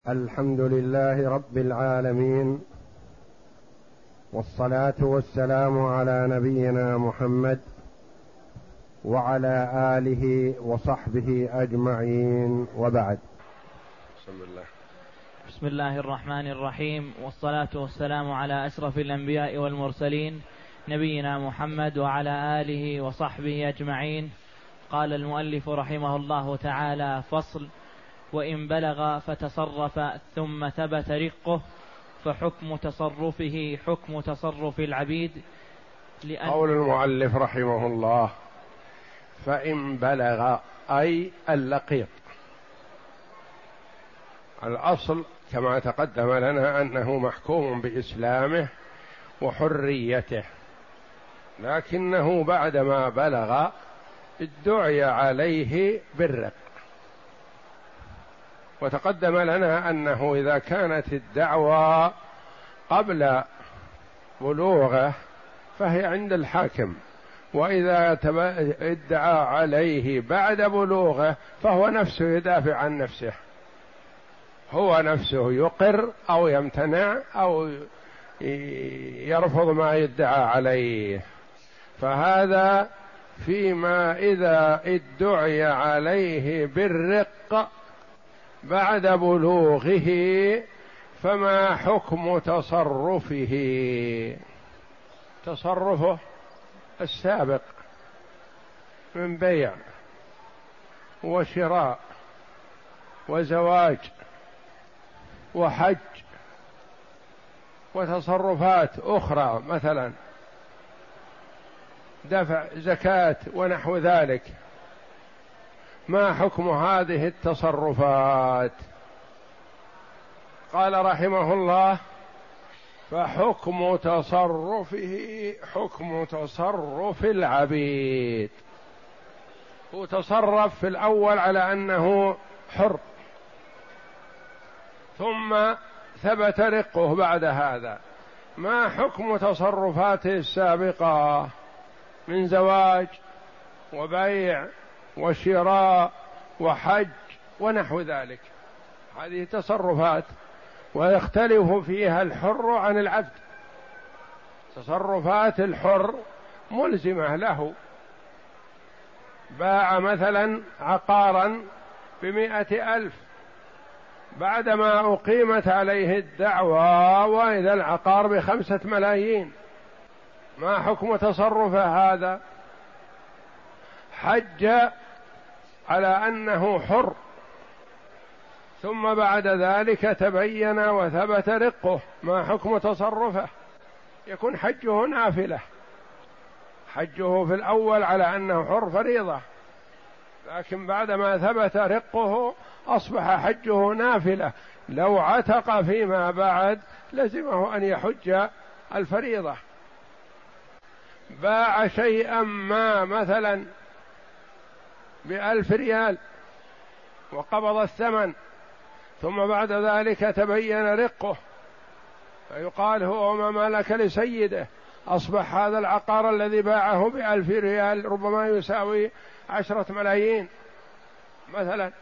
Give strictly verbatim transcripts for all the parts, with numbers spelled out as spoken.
الحمد لله رب العالمين، والصلاة والسلام على نبينا محمد وعلى آله وصحبه أجمعين، وبعد. بسم الله بسم الله الرحمن الرحيم، والصلاة والسلام على أشرف الأنبياء والمرسلين نبينا محمد وعلى آله وصحبه أجمعين. قال المؤلف رحمه الله تعالى: فصل: وإن بلغ فتصرف ثم ثبت رقه فحكم تصرفه حكم تصرف العبيد. لأن قول المؤلف رحمه الله: فإن بلغ أي اللقيط. الأصل كما تقدم لنا أنه محكوم بإسلامه وحريته، لكنه بعدما بلغ ادعي عليه بالرق. وتقدم لنا أنه إذا كانت الدعوى قبل بلوغه فهي عند الحاكم، وإذا ادعى عليه بعد بلوغه فهو نفسه يدافع عن نفسه، هو نفسه يقر أو يمتنع أو يرفض ما يدعى عليه. فهذا فيما إذا ادعي عليه بالرق بعد بلوغه، فما حكم تصرفه؟ تصرفه السابق من بيع وشراء وزواج وحج وتصرفات أخرى، مثلا دفع زكاة ونحو ذلك، ما حكم هذه التصرفات؟ قال رحمه الله: فحكم تصرفه حكم تصرف العبيد. هو تصرف في الأول على أنه حر، ثم ثبت رقه بعد هذا، ما حكم تصرفاته السابقة من زواج وبيع وشراء وحج ونحو ذلك؟ هذه تصرفات، ويختلف فيها الحر عن العبد. تصرفات الحر ملزمة له، باع مثلا عقارا بمائة ألف بعدما أقيمت عليه الدعوى وإذا العقار بخمسة ملايين، ما حكم تصرفه هذا؟ حج على أنه حر، ثم بعد ذلك تبين وثبت رقه، ما حكم تصرفه؟ يكون حجه نافلة، حجه في الأول على أنه حر فريضة، لكن بعدما ثبت رقه أصبح حجه نافلة. لو عتق فيما بعد لزمه أن يحج الفريضة. باع شيئا ما مثلا بألف ريال وقبض الثمن، ثم بعد ذلك تبين رقه، فيقال هو ما ملك لسيده، أصبح هذا العقار الذي باعه بألف ريال ربما يساوي عشرة ملايين مثلا.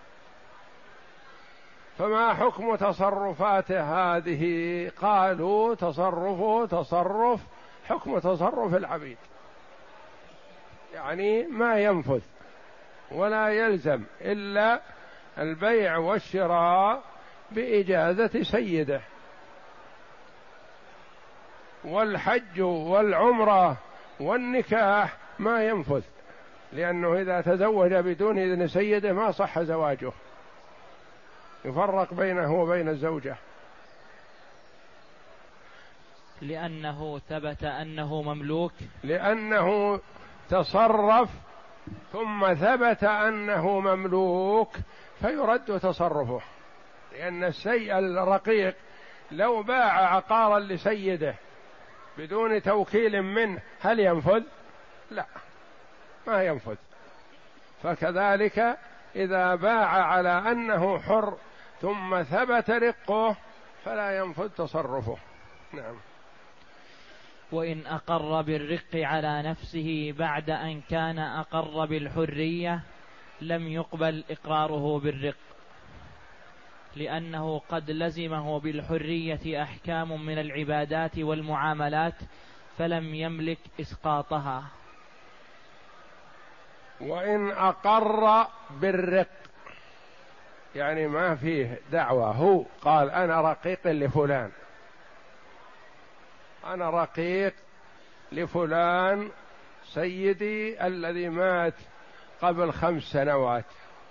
فما حكم تصرفاته هذه؟ قالوا تصرفه تصرف حكم تصرف العبيد، يعني ما ينفذ ولا يلزم إلا البيع والشراء بإجازة سيده، والحج والعمرة والنكاح ما ينفذ، لأنه إذا تزوج بدون إذن سيده ما صح زواجه، يفرق بينه وبين الزوجة. لأنه ثبت أنه مملوك، لأنه تصرف ثم ثبت أنه مملوك فيرد تصرفه، لأن السيء الرقيق لو باع عقارا لسيده بدون توكيل منه هل ينفذ؟ لا، ما ينفذ. فكذلك إذا باع على أنه حر ثم ثبت رقه فلا ينفذ تصرفه. نعم. وإن أقر بالرق على نفسه بعد أن كان أقر بالحرية لم يقبل إقراره بالرق. لأنه قد لزمه بالحرية أحكام من العبادات والمعاملات فلم يملك إسقاطها. وإن أقر بالرق، يعني ما فيه دعوة، هو قال أنا رقيق لفلان، أنا رقيق لفلان سيدي الذي مات قبل خمس سنوات،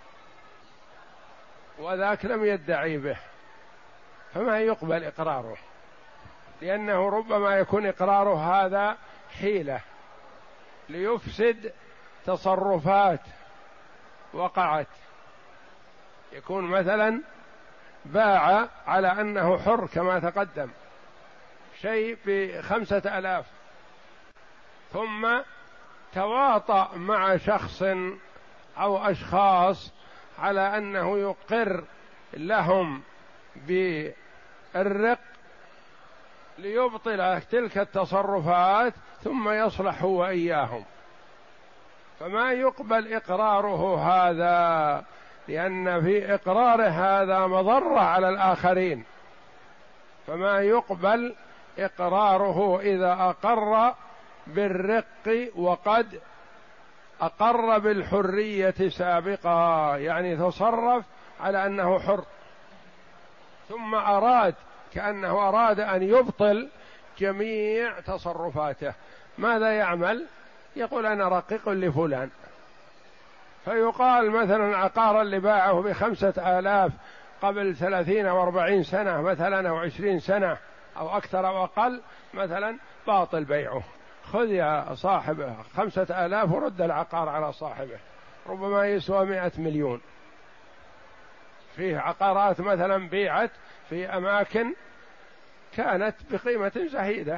وذاك لم يدعي به، فما يقبل إقراره، لأنه ربما يكون إقراره هذا حيلة ليفسد تصرفات وقعت. يكون مثلا باع على أنه حر كما تقدم شيء بخمسة آلاف، ثم تواطأ مع شخص أو أشخاص على أنه يقر لهم بالرق ليبطل تلك التصرفات ثم يصلح هو وإياهم، فما يقبل إقراره هذا، لأن في إقرار هذا مضرة على الآخرين، فما يقبل إقراره إذا أقر بالرق وقد أقر بالحرية سابقا، يعني تصرف على أنه حر ثم أراد كأنه أراد أن يبطل جميع تصرفاته. ماذا يعمل؟ يقول أنا رقيق لفلان، فيقال مثلا العقار اللي باعه بخمسة آلاف قبل ثلاثين أو أربعين سنة مثلا أو عشرين سنة أو أكثر أو أقل مثلا باطل بيعه، خذ يا صاحبه خمسة آلاف ورد العقار على صاحبه، ربما يسوى مئة مليون. فيه عقارات مثلا بيعت في أماكن كانت بقيمة زهيدة،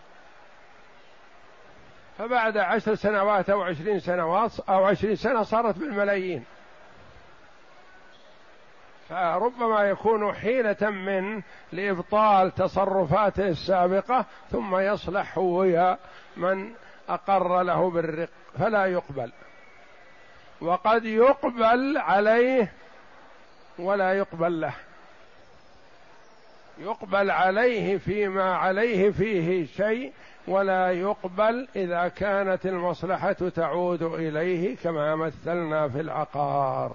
فبعد عشر سنوات أو عشرين سنوات أو عشرين سنة صارت بالملايين، فربما يكون حيلة من لإبطال تصرفاته السابقة ثم يصلح هو من أقر له بالرق، فلا يقبل. وقد يقبل عليه ولا يقبل له، يقبل عليه فيما عليه فيه شيء ولا يقبل إذا كانت المصلحة تعود إليه كما مثلنا في العقار.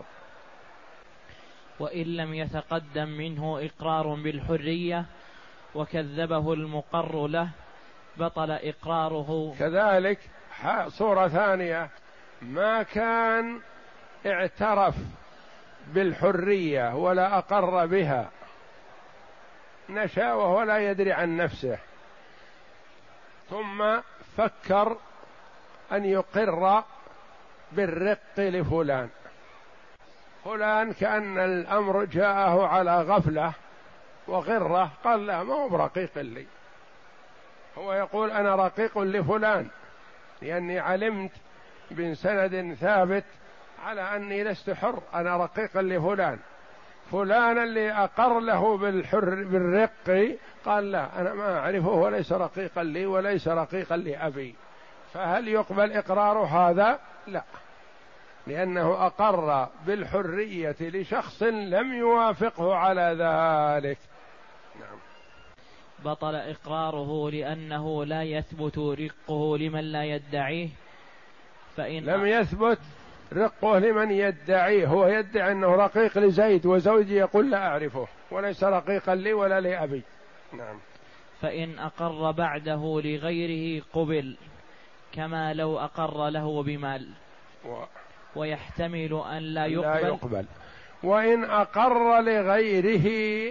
وإن لم يتقدم منه إقرار بالحرية وكذبه المقر له بطل إقراره. كذلك صورة ثانية، ما كان اعترف بالحرية ولا أقر بها، نشأ وهو لا يدري عن نفسه، ثم فكر أن يقر بالرق لفلان، فلان كأن الأمر جاءه على غفلة وغرة، قال لا ما هو برقيق لي، هو يقول أنا رقيق لفلان لأني علمت من سند ثابت على أني لست حر، أنا رقيق لفلان. فلان اللي أقر له بالحر بالرق قال لا أنا ما أعرفه وليس رقيقا لي وليس رقيقا لأبي، فهل يقبل إقرار هذا؟ لا، لأنه أقر بالحرية لشخص لم يوافقه على ذلك. نعم. بطل إقراره لأنه لا يثبت رقه لمن لا يدعيه، فإن لم يثبت رقه لمن يدعيه، هو يدعي أنه رقيق لزيد وزوجي يقول لا أعرفه وليس رقيقا لي ولا لأبي. نعم. فإن أقر بعده لغيره قبل كما لو أقر له بمال، و... ويحتمل أن لا يقبل, لا يقبل. وإن أقر لغيره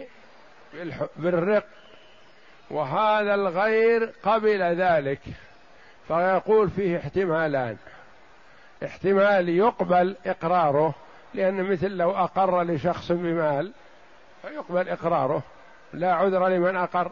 بالرق وهذا الغير قبل ذلك، فيقول فيه احتمالان، احتمال يقبل إقراره لأن مثل لو أقر لشخص بمال فيقبل إقراره لا عذر لمن أقر،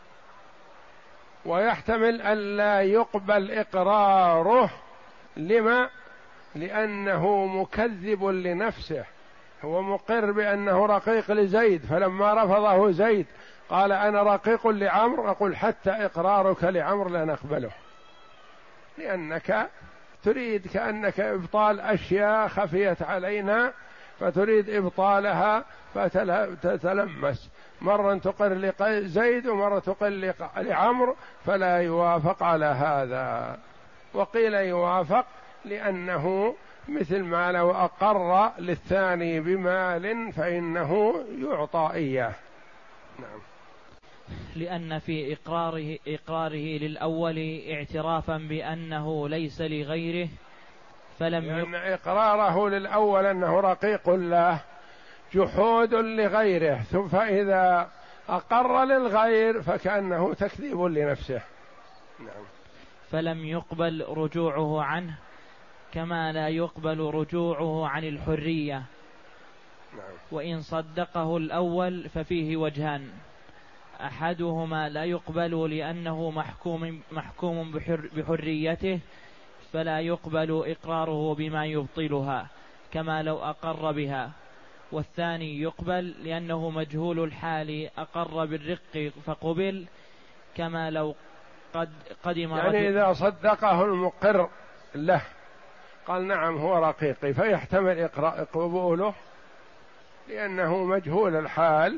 ويحتمل أن لا يقبل إقراره لما لأنه مكذب لنفسه، هو مقر بأنه رقيق لزيد، فلما رفضه زيد قال أنا رقيق لعمر، أقول حتى إقرارك لعمر لا نقبله، لأنك تريد كأنك إبطال أشياء خفيت علينا فتريد إبطالها فتتلمس، مرة تقر لزيد ومرة تقر لعمرو، فلا يوافق على هذا. وقيل يوافق لأنه مثل ما لو أقر للثاني بمال فإنه يعطى إياه. نعم. لأن في إقراره, إقراره للأول اعترافا بأنه ليس لغيره، فلم لأن إقراره للأول أنه رقيق له جحود لغيره، ثم فإذا أقر للغير فكأنه تكذيب لنفسه. نعم. فلم يقبل رجوعه عنه كما لا يقبل رجوعه عن الحرية. نعم. وإن صدقه الأول ففيه وجهان: أحدهما لا يقبل لأنه محكوم, محكوم بحر بحريته، فلا يقبل إقراره بما يبطلها كما لو أقر بها. والثاني يقبل لأنه مجهول الحال أقر بالرق فقبل، كما لو قد قدم يعني إذا صدقه المقر له قال نعم هو رقيقي، فيحتمل قبوله لأنه مجهول الحال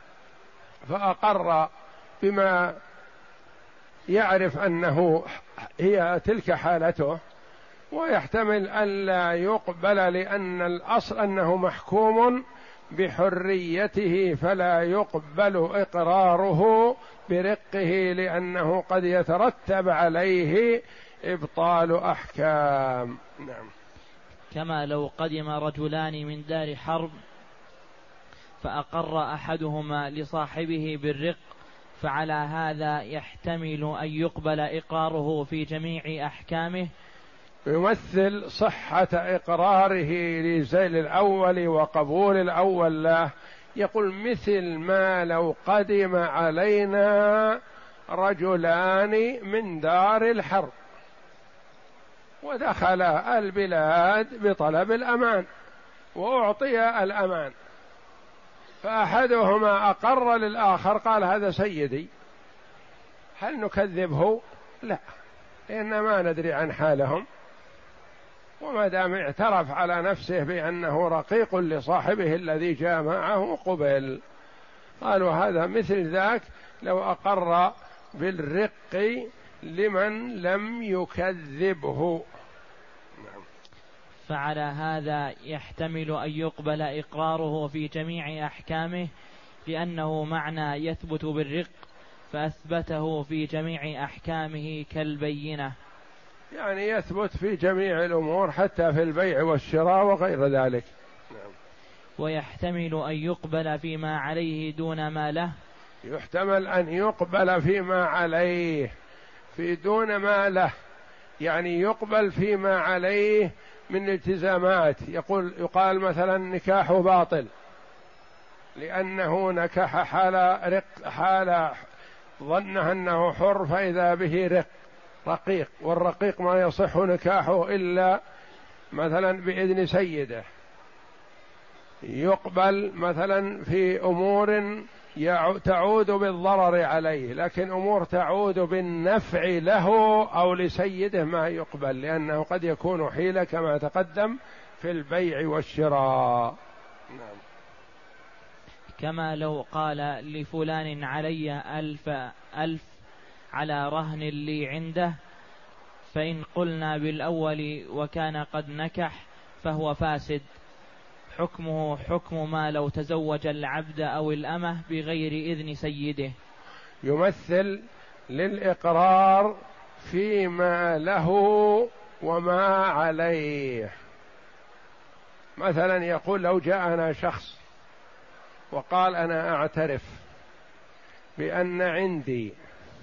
فأقر بما يعرف أنه هي تلك حالته، ويحتمل ألا يقبل لأن الأصل أنه محكوم بحريته فلا يقبل إقراره برقه لأنه قد يترتب عليه إبطال أحكام. نعم. كما لو قدم رجلان من دار حرب فأقر أحدهما لصاحبه بالرق، فعلى هذا يحتمل أن يقبل إقراره في جميع أحكامه. يمثل صحة إقراره لزيل الأول وقبول الأول له، يقول مثل ما لو قدم علينا رجلان من دار الحرب ودخل البلاد بطلب الأمان وأعطي الأمان، فأحدهما أقر للآخر قال هذا سيدي، هل نكذبه؟ لا، لأن ما ندري عن حالهم، وما دام اعترف على نفسه بأنه رقيق لصاحبه الذي جاء معه قبل. قالوا هذا مثل ذاك لو أقر بالرق لمن لم يكذبه. نعم. فعلى هذا يحتمل أن يقبل إقراره في جميع أحكامه، لأنه معنى يثبت بالرق فأثبته في جميع أحكامه كالبينة، يعني يثبت في جميع الأمور حتى في البيع والشراء وغير ذلك. نعم. ويحتمل أن يقبل فيما عليه دون ما له، يحتمل أن يقبل فيما عليه في دون ما له، يعني يقبل فيما عليه من التزامات، يقول يقال مثلا نكاحه باطل لأنه نكح حال رق حال ظنه أنه حر فإذا به رق رقيق، والرقيق ما يصح نكاحه إلا مثلا بإذن سيده. يقبل مثلا في أمور تعود بالضرر عليه، لكن أمور تعود بالنفع له أو لسيده ما يقبل، لأنه قد يكون حيلة كما تقدم في البيع والشراء. نعم. كما لو قال لفلان علي ألف ألف على رهن لي عنده، فإن قلنا بالأول وكان قد نكح فهو فاسد، حكمه حكم ما لو تزوج العبد أو الأمة بغير إذن سيده. يمثل للإقرار فيما له وما عليه. مثلا يقول لو جاءنا شخص وقال أنا أعترف بأن عندي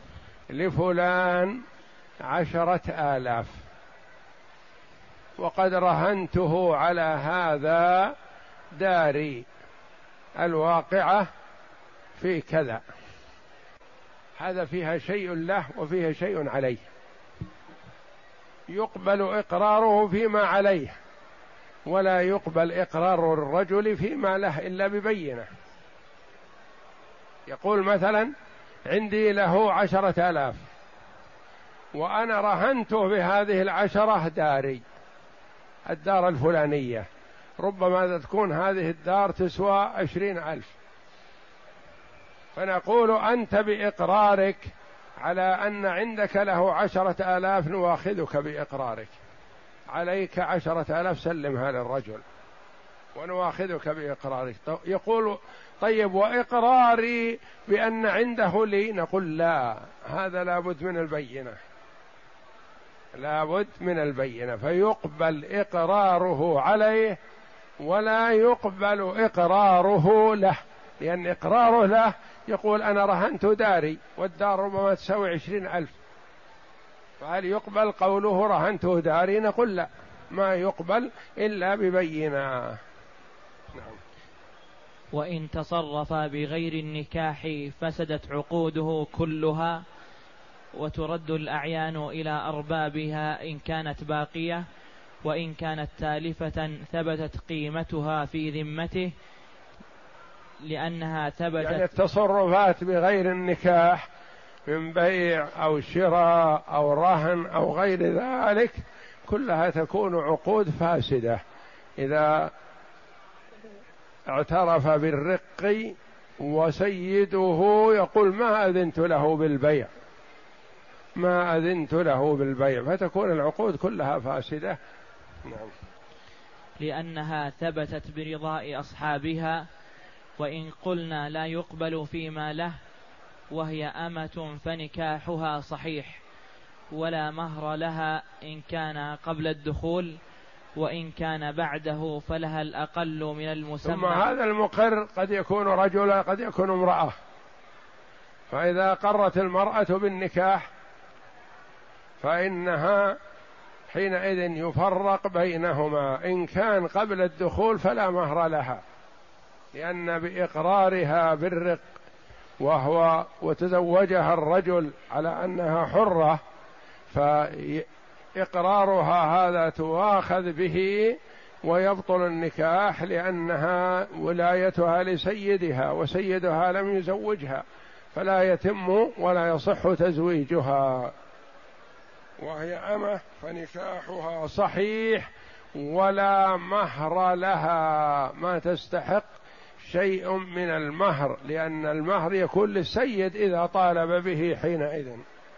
لفلان عشرة آلاف وقد رهنته على هذا داري الواقعة في كذا، هذا فيها شيء له وفيها شيء عليه، يقبل إقراره فيما عليه ولا يقبل إقرار الرجل فيما له إلا ببينة. يقول مثلا عندي له عشرة آلاف وأنا رهنته بهذه العشرة داري الدار الفلانية، ربما تكون هذه الدار تسوى عشرين ألف، فنقول أنت بإقرارك على أن عندك له عشرة آلاف نواخذك بإقرارك، عليك عشرة آلاف سلمها للرجل ونواخذك بإقرارك. يقول طيب وإقراري بأن عنده لي، نقول لا، هذا لابد من البينة، لابد من البينة، فيقبل إقراره عليه ولا يقبل إقراره له، لأن إقراره له يقول أنا رهنت داري والدار ربما تساوي عشرين ألف، فهل يقبل قوله رهنته داري؟ نقول لا، ما يقبل إلا ببينة. نعم. وإن تصرف بغير النكاح فسدت عقوده كلها، وترد الأعيان إلى أربابها إن كانت باقية، وإن كانت تالفة ثبتت قيمتها في ذمته لأنها ثبتت. يعني التصرفات بغير النكاح من بيع أو شراء أو رهن أو غير ذلك كلها تكون عقود فاسدة إذا اعترف بالرق وسيده يقول ما أذنت له بالبيع، ما أذنت له بالبيع، فتكون العقود كلها فاسدة. نعم. لأنها ثبتت برضاء أصحابها، وإن قلنا لا يقبل فيما له وهي أمة فنكاحها صحيح، ولا مهر لها إن كان قبل الدخول، وإن كان بعده فلها الأقل من المسمى. ثم هذا المقر قد يكون رجلا قد يكون امرأة، فإذا قرت المرأة بالنكاح فإنها حينئذ يفرق بينهما، إن كان قبل الدخول فلا مهر لها، لأن بإقرارها بالرق وهو وتزوجها الرجل على أنها حرة، فإقرارها هذا تؤاخذ به ويبطل النكاح، لأنها ولايتها لسيدها وسيدها لم يزوجها، فلا يتم ولا يصح تزويجها، وهي أمة فنكاحها صحيح ولا مهر لها، ما تستحق شيء من المهر، لأن المهر يكون للسيد إذا طالب به حينئذ،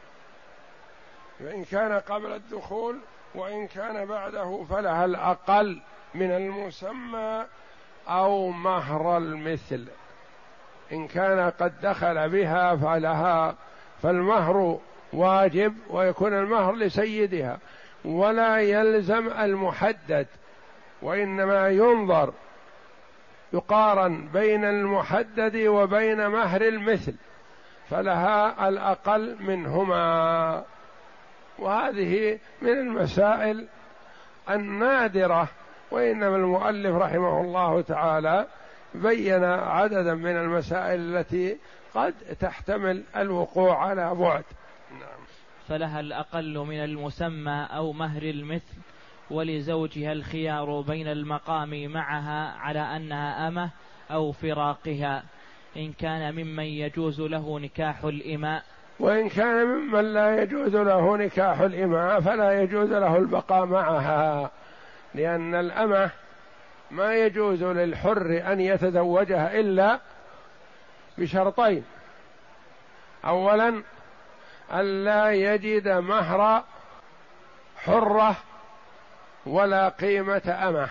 فإن كان قبل الدخول وإن كان بعده فلها الأقل من المسمى أو مهر المثل. إن كان قد دخل بها فلها فالمهر واجب ويكون المهر لسيدها، ولا يلزم المحدد، وإنما ينظر يقارن بين المحدد وبين مهر المثل، فلها الأقل منهما. وهذه من المسائل النادرة، وإنما المؤلف رحمه الله تعالى بين عددا من المسائل التي قد تحتمل الوقوع على بعد. نعم. فلها الأقل من المسمى أو مهر المثل، ولزوجها الخيار بين المقام معها على أنها أمة أو فراقها، إن كان ممن يجوز له نكاح الإماء. وإن كان ممن لا يجوز له نكاح الإماء فلا يجوز له البقاء معها، لأن الأمة ما يجوز للحر أن يتزوجها إلا بشرطين: أولا ألا يجد مهر حرة ولا قيمة أمة،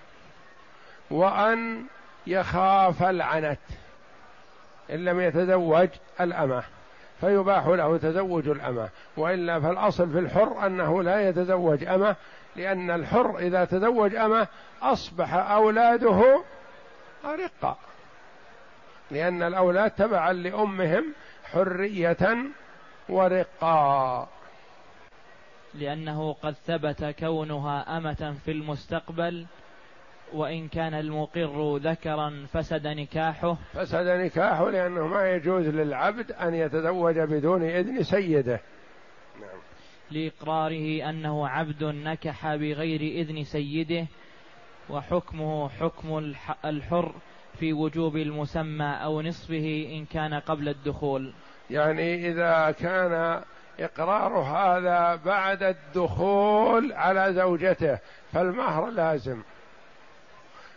وأن يخاف العنت إن لم يتزوج الأمة، فيباح له تزوج الأمة، وإلا فالأصل في الحر أنه لا يتزوج أمة، لأن الحر إذا تزوج أمة أصبح أولاده رقا، لأن الأولاد تبعا لأمهم حرية ورقا. لأنه قد ثبت كونها أمة في المستقبل، وإن كان المقر ذكرا فسد نكاحه. فسد نكاحه لأنه ما يجوز للعبد أن يتزوج بدون إذن سيده. نعم. لإقراره أنه عبد نكح بغير إذن سيده، وحكمه حكم الحر في وجوب المسمى أو نصفه إن كان قبل الدخول. يعني إذا كان إقرار هذا بعد الدخول على زوجته فالمهر لازم،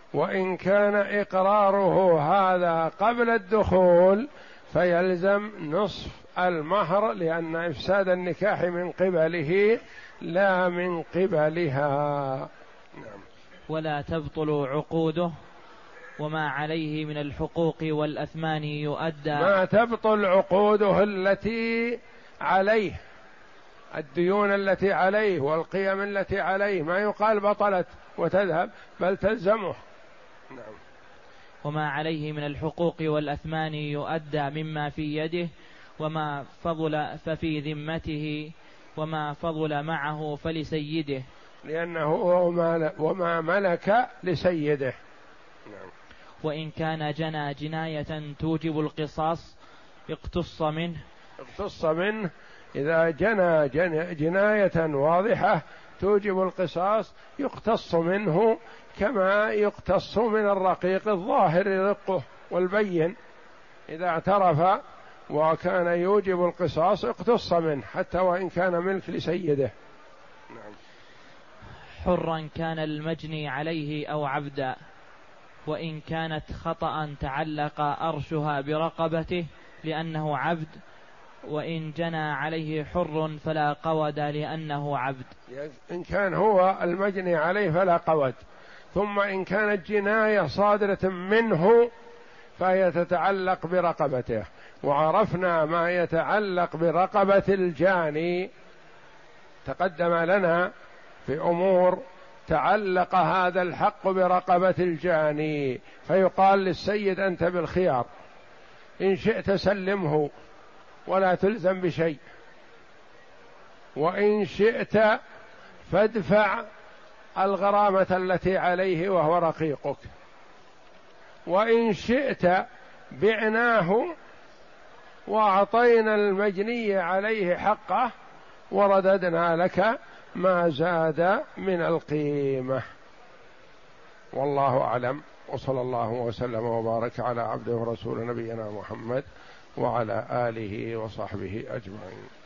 وإن كان إقراره هذا قبل الدخول فيلزم نصف المهر، لأن إفساد النكاح من قبله لا من قبلها. نعم. ولا تبطل عقوده وما عليه من الحقوق والأثمان يؤدى. ما تبطل عقوده التي عليه، الديون التي عليه والقيم التي عليه، ما يقال بطلت وتذهب، بل تلزمه. نعم. وما عليه من الحقوق والأثمان يؤدى مما في يده، وما فضل ففي ذمته، وما فضل معه فلسيده، لأنه وما ملك لسيده. نعم. وإن كان جنى جناية توجب القصاص اقتص منه. اقتص منه إذا جنى جناية واضحة توجب القصاص يقتص منه، كما يقتص من الرقيق الظاهر رقه والبين، إذا اعترف وكان يوجب القصاص اقتص منه حتى وإن كان ملك لسيده. نعم. حرا كان المجني عليه أو عبدا، وإن كانت خطأ تعلق أرشها برقبته لأنه عبد، وإن جنى عليه حر فلا قود لأنه عبد. إن كان هو المجني عليه فلا قود، ثم إن كانت جناية صادرة منه فهي تتعلق برقبته، وعرفنا ما يتعلق برقبة الجاني تقدم لنا في أمور تعلق هذا الحق برقبة الجاني، فيقال للسيد أنت بالخيار، إن شئت سلمه ولا تلزم بشيء، وإن شئت فادفع الغرامة التي عليه وهو رقيقك، وإن شئت بعناه وأعطينا المجني عليه حقه ورددنا لك ما زاد من القيمة. والله أعلم، وصلى الله وسلم وبارك على عبده ورسول نبينا محمد وعلى آله وصحبه أجمعين.